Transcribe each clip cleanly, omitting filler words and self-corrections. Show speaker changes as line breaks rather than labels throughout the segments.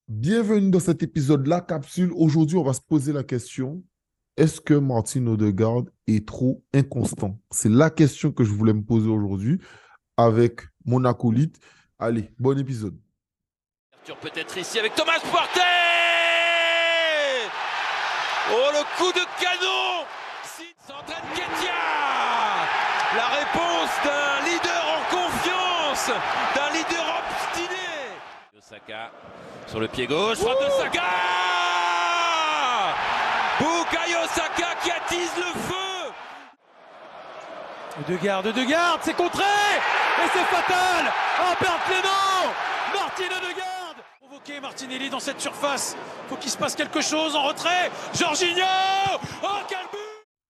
Bienvenue dans cet épisode La Capsule. Aujourd'hui, on va se poser la question, est-ce que Martin Odegaard est trop inconstant? C'est la question que je voulais me poser aujourd'hui avec mon acolyte. Allez, bon épisode.
Peut-être ici avec Thomas Partey. Oh, le coup de canon. S'entraîne Ketia. La réponse d'un leader en confiance, d'un leader obstiné. Osaka sur le pied gauche, frappe de Saka. Bukayo Saka qui attise le feu.
Odegaard, c'est contré. Et c'est fatal. Albert Clément. Martin Odegaard. Provoqué Martinelli dans cette surface. Faut qu'il se passe quelque chose en retrait. Jorginho. Oh, quel but!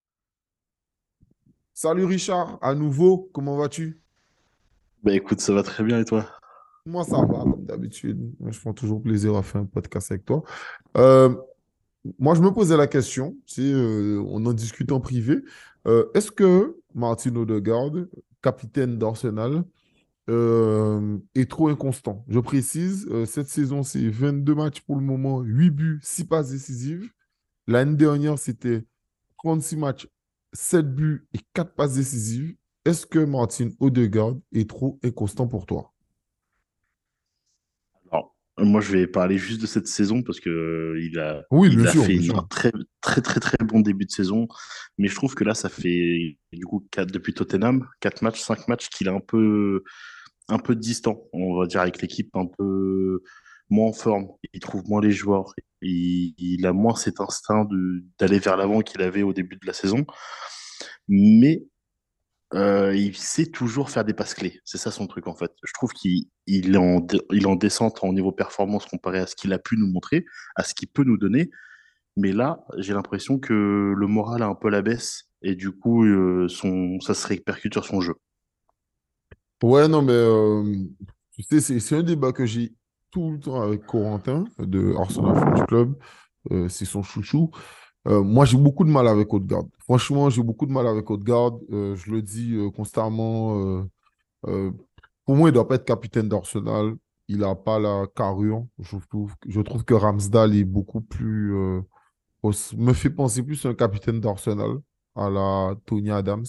Salut Richard, à nouveau, comment vas-tu?
Bah écoute, ça va très bien et toi?
Moi, ça va, comme d'habitude. Moi, je prends toujours plaisir à faire un podcast avec toi. Euh, Moi, je me posais la question, on en discute en privé. Est-ce que Martin Odegaard, capitaine d'Arsenal, est trop inconstant? Je précise, cette saison, c'est 22 matchs pour le moment, 8 buts, 6 passes décisives. L'année dernière, c'était 36 matchs, 7 buts et 4 passes décisives. Est-ce que Martin Odegaard est trop inconstant pour toi?
Alors, moi je vais parler juste de cette saison parce que il a,
Oui, bien
il a
sûr,
fait
bien
un
sûr.
très très très très bon début de saison, mais je trouve que là ça fait du coup depuis Tottenham, 4 matchs, 5 matchs qu'il est un peu distant, on va dire avec l'équipe un peu moins en forme, il trouve moins les joueurs, il a moins cet instinct d'aller vers l'avant qu'il avait au début de la saison, mais il sait toujours faire des passes clés. C'est ça son truc en fait. Je trouve qu'il est en descente en niveau performance comparé à ce qu'il a pu nous montrer, à ce qu'il peut nous donner. Mais là, j'ai l'impression que le moral a un peu la baisse et du coup, ça se répercute sur son jeu.
Ouais, non, mais tu sais, c'est un débat que j'ai tout le temps avec Corentin de Arsenal Football Club. C'est son chouchou. Moi, j'ai beaucoup de mal avec Odegaard. Franchement, j'ai beaucoup de mal avec Odegaard. Je le dis constamment. Euh, pour moi, il ne doit pas être capitaine d'Arsenal. Il n'a pas la carrure. Je trouve que Ramsdale est beaucoup plus. Me fait penser plus à un capitaine d'Arsenal, à la Tony Adams.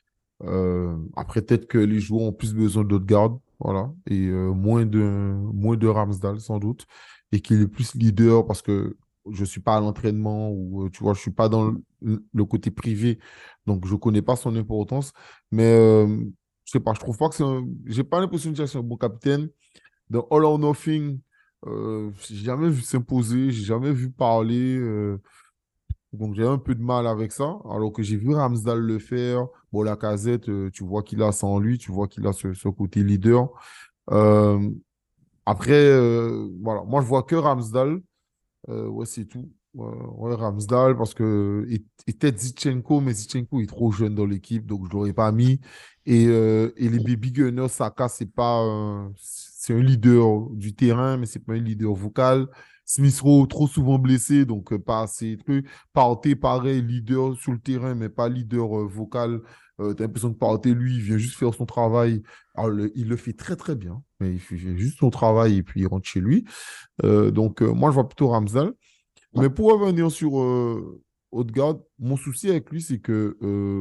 Après, peut-être que les joueurs ont plus besoin d'Odegaard, voilà, et moins de Ramsdale, sans doute, et qu'il est plus leader parce que je ne suis pas à l'entraînement ou, tu vois, je ne suis pas dans le côté privé, donc je ne connais pas son importance. Mais je sais pas, je trouve pas que j'ai pas l'impression que c'est un bon capitaine. Dans All or Nothing, j'ai jamais vu s'imposer, j'ai jamais vu parler. Donc, j'ai un peu de mal avec ça, alors que j'ai vu Ramsdale le faire. Bon, Lacazette, tu vois qu'il a ça en lui, tu vois qu'il a ce côté leader. Euh, Après, voilà, moi, je vois que Ramsdale. Ouais, c'est tout. Ouais, Ramsdale, parce que et peut-être Zinchenko, mais Zinchenko est trop jeune dans l'équipe, donc je ne l'aurais pas mis. Et les Baby Gunners, Saka, c'est un leader du terrain, mais c'est pas un leader vocal. Smith Rowe, trop souvent blessé, donc pas assez truc. Partey, pareil, leader sur le terrain, mais pas leader vocal. T'as l'impression que Partey, lui, il vient juste faire son travail. Alors, il le fait très, très bien, mais il fait juste son travail et puis il rentre chez lui. Donc, moi, je vois plutôt Ramsdale. Mais pour revenir sur Odegaard, mon souci avec lui, c'est que,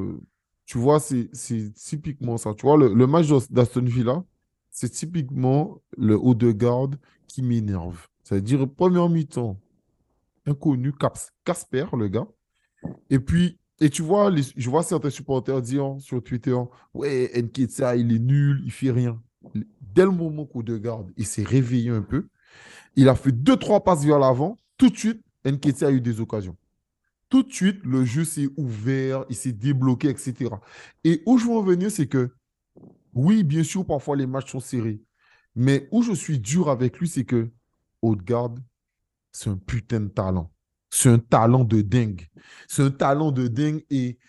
tu vois, c'est typiquement ça. Tu vois, le match d'Aston Villa, c'est typiquement le Odegaard qui m'énerve. C'est-à-dire, première mi-temps, inconnu, Casper, le gars. Et puis, et tu vois, je vois certains supporters dire sur Twitter, ouais, Nketiah, il est nul, il fait rien. Dès le moment qu'Odegaard, il s'est réveillé un peu, il a fait deux, trois passes vers l'avant. Tout de suite, Nketiah a eu des occasions. Tout de suite, le jeu s'est ouvert, il s'est débloqué, etc. Et où je veux en venir, c'est que, oui, bien sûr, parfois les matchs sont serrés. Mais où je suis dur avec lui, c'est que Odegaard, c'est un putain de talent. C'est un talent de dingue. C'est un talent de dingue.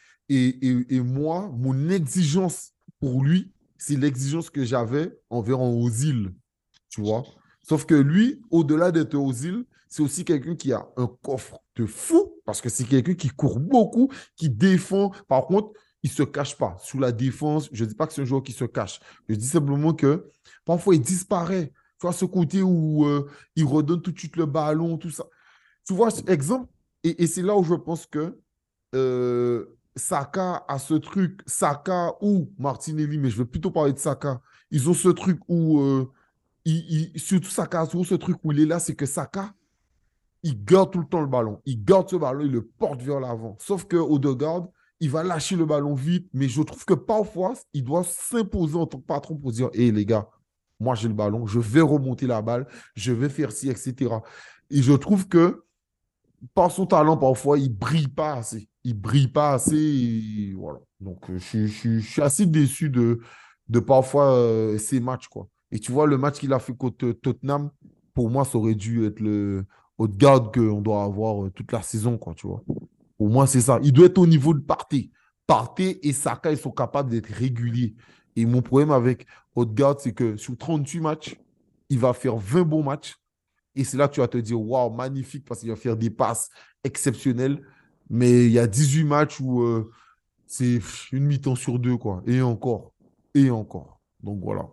Et moi, mon exigence pour lui, c'est l'exigence que j'avais envers Ozil, tu vois. Sauf que lui, au-delà d'être Ozil, c'est aussi quelqu'un qui a un coffre de fou, parce que c'est quelqu'un qui court beaucoup, qui défend. Par contre, il ne se cache pas. Sous la défense, je ne dis pas que c'est un joueur qui se cache. Je dis simplement que parfois, il disparaît. Tu vois, ce côté où il redonne tout de suite le ballon, tout ça. Tu vois, exemple, et c'est là où je pense que Saka a ce truc, Saka ou Martinelli, mais je vais plutôt parler de Saka. Ils ont ce truc où, surtout Saka, surtout ce truc où il est là, c'est que Saka, il garde tout le temps le ballon. Il garde ce ballon, il le porte vers l'avant. Sauf que Odegaard, il va lâcher le ballon vite, mais je trouve que parfois, il doit s'imposer en tant que patron pour dire, hé les gars, moi j'ai le ballon, je vais remonter la balle, je vais faire ci, etc. Et je trouve que par son talent, parfois, il ne brille pas assez. Il ne brille pas assez. Et voilà. Donc, je suis assez déçu de parfois ces matchs, quoi. Et tu vois, le match qu'il a fait contre Tottenham, pour moi, ça aurait dû être le haut-de-garde qu'on doit avoir toute la saison, quoi, tu vois. Pour moi, c'est ça. Il doit être au niveau de Partey. Partey et Saka, ils sont capables d'être réguliers. Et mon problème avec Odegaard, c'est que sur 38 matchs, il va faire 20 bons matchs. Et c'est là que tu vas te dire, waouh, magnifique, parce qu'il va faire des passes exceptionnelles. Mais il y a 18 matchs où c'est une mi-temps sur deux, quoi. Et encore. Et encore. Donc voilà.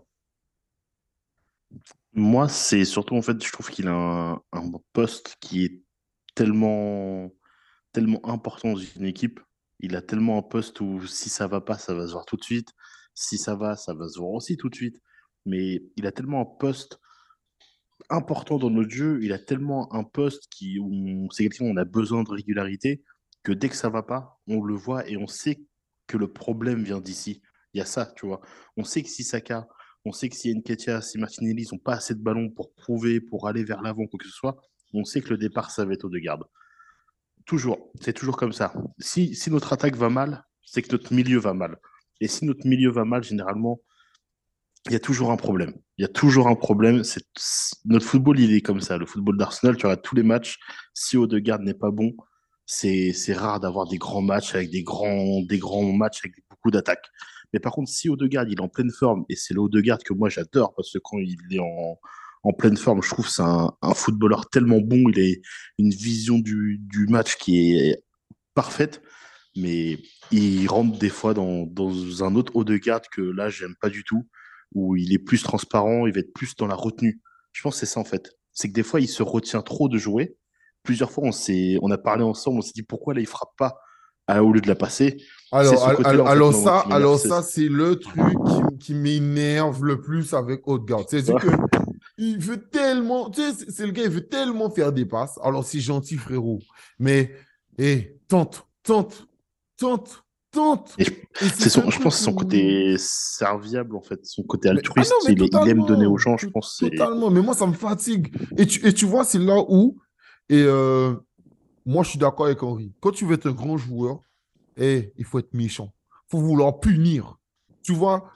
Moi, c'est surtout, en fait, je trouve qu'il a un poste qui est tellement, tellement important dans une équipe. Il a tellement un poste où si ça va pas, ça va se voir tout de suite. Si ça va se voir aussi tout de suite. Mais il a tellement un poste important dans notre jeu. Il a tellement un poste où c'est quelqu'un où on a besoin de régularité que dès que ça va pas, on le voit et on sait que le problème vient d'ici. Il y a ça, tu vois. On sait que si Saka, on sait que si Nketiah, si Martinelli, ils n'ont pas assez de ballons pour prouver, pour aller vers l'avant, quoi que ce soit, on sait que le départ, ça va être Odegaard. Toujours, c'est toujours comme ça. Si notre attaque va mal, c'est que notre milieu va mal. Et si notre milieu va mal, généralement, il y a toujours un problème. Il y a toujours un problème. Notre football, il est comme ça. Le football d'Arsenal, tu regardes tous les matchs. Si Odegaard n'est pas bon, c'est rare d'avoir des grands matchs avec des grands matchs avec beaucoup d'attaques. Mais par contre, si Odegaard, il est en pleine forme, et c'est le Odegaard que moi j'adore, parce que quand il est en pleine forme, je trouve que c'est un footballeur tellement bon. Il a une vision du match qui est parfaite, mais il rentre des fois dans un autre Odegaard que là, j'aime pas du tout, où il est plus transparent, il va être plus dans la retenue. Je pense que c'est ça en fait. C'est que des fois, il se retient trop de jouer. Plusieurs fois, on a parlé ensemble, on s'est dit pourquoi là, il frappe pas au lieu de la passer. C'est
Alors,
ce côté-là en fait, moi, qui m'énerve.
c'est le truc qui m'énerve le plus avec Odegaard. C'est-à-dire que il veut tellement, tu sais, c'est le gars, il veut tellement faire des passes. Alors, c'est gentil, frérot. Mais, tente, tente, tente, tente.
Et
Et c'est ce
je pense
truc
que c'est son
où.
côté serviable en fait, son côté
Ah non,
altruiste,
mais
il aime donner aux
totalement.
gens, je pense. C'est
Totalement. Mais moi, ça me fatigue. Et tu vois, c'est là où. Et moi, je suis d'accord avec Henri. Quand tu veux être un grand joueur, il faut être méchant. Il faut vouloir punir. Tu vois,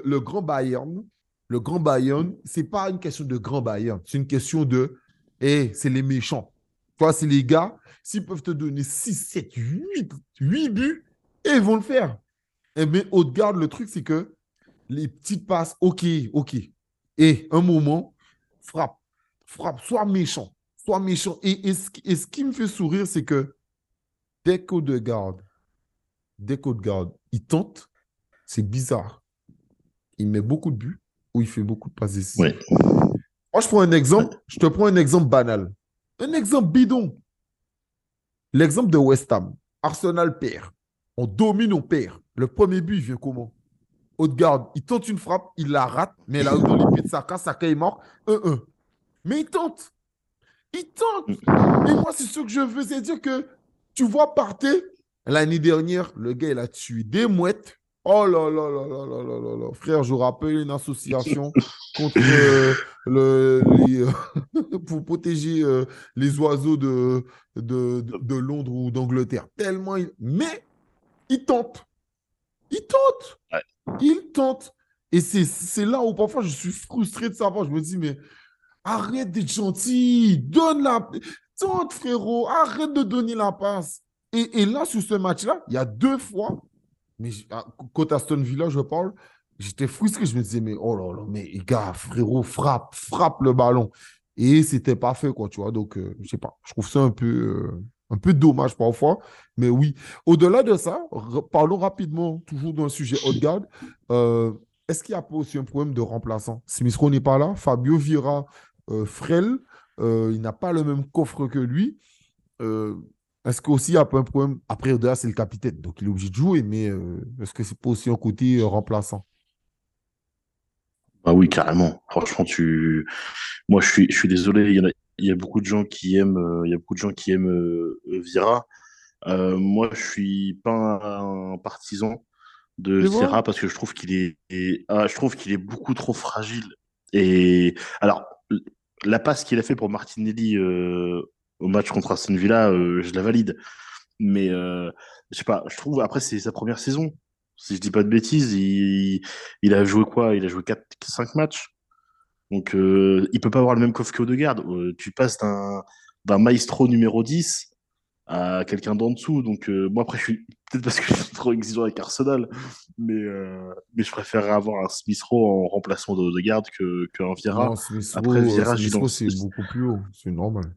le grand Bayern, c'est pas une question de grand Bayern. C'est une question de, c'est les méchants. Tu vois, c'est les gars, s'ils peuvent te donner 6 7 8 buts, et ils vont le faire. Et bien, Haute-Garde, le truc, c'est que les petites passes, ok, ok. Et un moment, frappe, frappe, sois méchant, sois méchant. Et ce qui me fait sourire, c'est que dès qu'Odegaard il tente, c'est bizarre. Il met beaucoup de buts ou il fait beaucoup de passes décisives.
ouais.
Moi, je te prends un exemple banal. Un exemple bidon. L'exemple de West Ham. Arsenal perd. On domine, on perd. Le premier but, il vient comment? Haute-garde, il tente une frappe, il la rate, mais elle arrive dans les pieds de Saka, Saka est mort. 1-1. Mais il tente. Il tente. Et moi, c'est ce que je veux, c'est dire que tu vois Partey, l'année dernière, le gars, il a tué des mouettes. Oh là là là là là là là là. Frère, je rappelle une association contre pour protéger les oiseaux de Londres ou d'Angleterre. Tellement Mais il tente. Il tente.
Ouais.
Il tente. Et c'est là où parfois je suis frustré de savoir. Je me dis, mais arrête d'être gentil. Donne la. Tente, frérot. Arrête de donner la passe. Et là, sur ce match-là, il y a 2 fois, mais contre Aston Villa, je parle, j'étais frustré. Je me disais, mais oh là là, mais gars, frérot, frappe le ballon. Et c'était pas fait, quoi, tu vois. Donc, je sais pas. Je trouve ça un peu dommage parfois. Mais oui. Au-delà de ça, parlons rapidement, toujours d'un sujet haut de garde. est-ce qu'il n'y a pas aussi un problème de remplaçant? Smith Rowe n'est pas là, Fabio Vieira, frêle, il n'a pas le même coffre que lui. Euh, Est-ce qu'aussi il n'y a pas un problème? Après, Odegaard, c'est le capitaine, donc il est obligé de jouer, mais est-ce que c'est pas aussi un côté remplaçant?
Bah oui, carrément. Franchement, moi, je suis désolé. Il y a beaucoup de gens qui aiment, il y a beaucoup de gens qui aiment Vieira. Moi, je suis pas un partisan de
C'est vrai?
Vieira parce que je trouve je trouve qu'il est beaucoup trop fragile. Et alors, la passe qu'il a fait pour Martinelli au match contre Aston Villa, je la valide. Mais je sais pas, je trouve après c'est sa première saison. Si je dis pas de bêtises, il a joué quoi? Il a joué 5 matchs. Donc il peut pas avoir le même coffre qu'Odegaard. Tu passes d'un maestro numéro 10 à quelqu'un d'en dessous. Donc moi après je suis peut-être parce que je suis trop exigeant avec Arsenal, mais je préférerais avoir un Smith Rowe en remplacement d'Odegaard qu'un Vieira.
Non, Smith
Après
Rowe,
Vieira,
Smith Rowe, c'est beaucoup plus haut, c'est normal.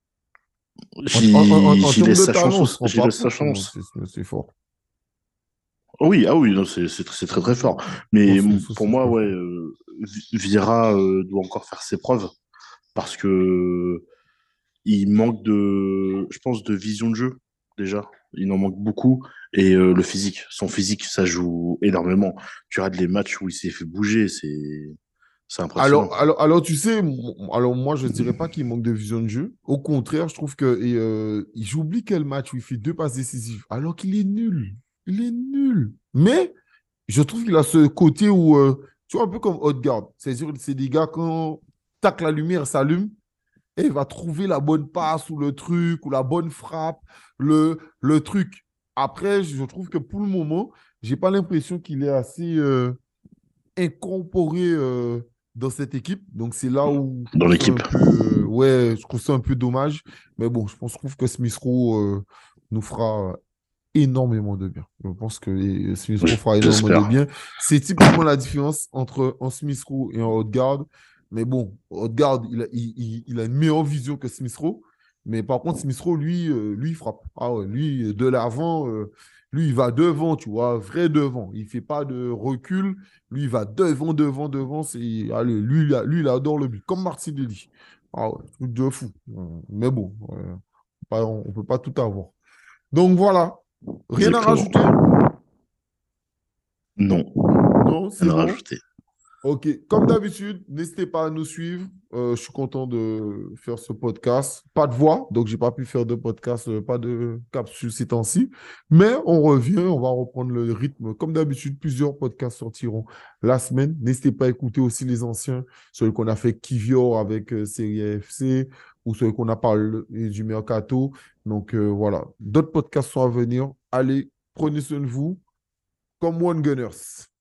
En
j'y
termes de
laisse sa
talent, on ne
chance.
se rend
J'y
pas
laisse sa
compte comment
chance.
C'est fort.
Oui, ah oui, non, c'est très très fort.
Non,
Mais
Smith Rowe,
pour
c'est
moi,
très
ouais,
fort.
Vieira doit encore faire ses preuves parce que il manque je pense, de vision de jeu déjà. Il en manque beaucoup et le physique, son physique, ça joue énormément. Tu regardes les matchs où il s'est fait bouger, c'est impressionnant.
Alors, tu sais, alors moi, je ne dirais pas qu'il manque de vision de jeu. Au contraire, je trouve que j'oublie quel match où il fait deux passes décisives, alors qu'il est nul. Il est nul. Mais je trouve qu'il a ce côté où, tu vois, un peu comme Odegaard. C'est-à-dire, c'est des gars, quand tac, la lumière s'allume, et il va trouver la bonne passe ou le truc, ou la bonne frappe, le truc. Après, je trouve que pour le moment, j'ai pas l'impression qu'il est assez incorporé dans cette équipe. Donc, c'est là où je
Dans
trouve ça un
l'équipe.
peu, ouais, je trouve ça un peu dommage. Mais bon, je trouve que Smith Rowe nous fera énormément de bien. Je pense que Smith Rowe fera énormément de
J'espère.
bien. C'est typiquement la différence entre un Smith Rowe et un Odegaard. Mais bon, Odegaard, il a une meilleure vision que Smith Rowe. Mais par contre, Smith Rowe, lui, il frappe. Ah ouais, lui, de l'avant, lui, il va devant, tu vois, vrai devant. Il ne fait pas de recul. Lui, il va devant, devant, devant. Allez, lui, il adore le but, comme Martinelli. Ah ouais, truc de fou. Mais bon, on ne peut pas tout avoir. Donc voilà. Rien à
Exactement.
rajouter?
Non,
Non,
rien
c'est
à
bon.
rajouter.
Ok. Comme d'habitude, n'hésitez pas à nous suivre. Je suis content de faire ce podcast. Pas de voix, donc j'ai pas pu faire de podcast, pas de capsule ces temps-ci. Mais on revient, on va reprendre le rythme. Comme d'habitude, plusieurs podcasts sortiront la semaine. N'hésitez pas à écouter aussi les anciens, ceux qu'on a fait Kivior avec Serie FC ou ceux qu'on a parlé du Mercato. Donc voilà, d'autres podcasts sont à venir. Allez, prenez soin de vous. Comme One Gunners.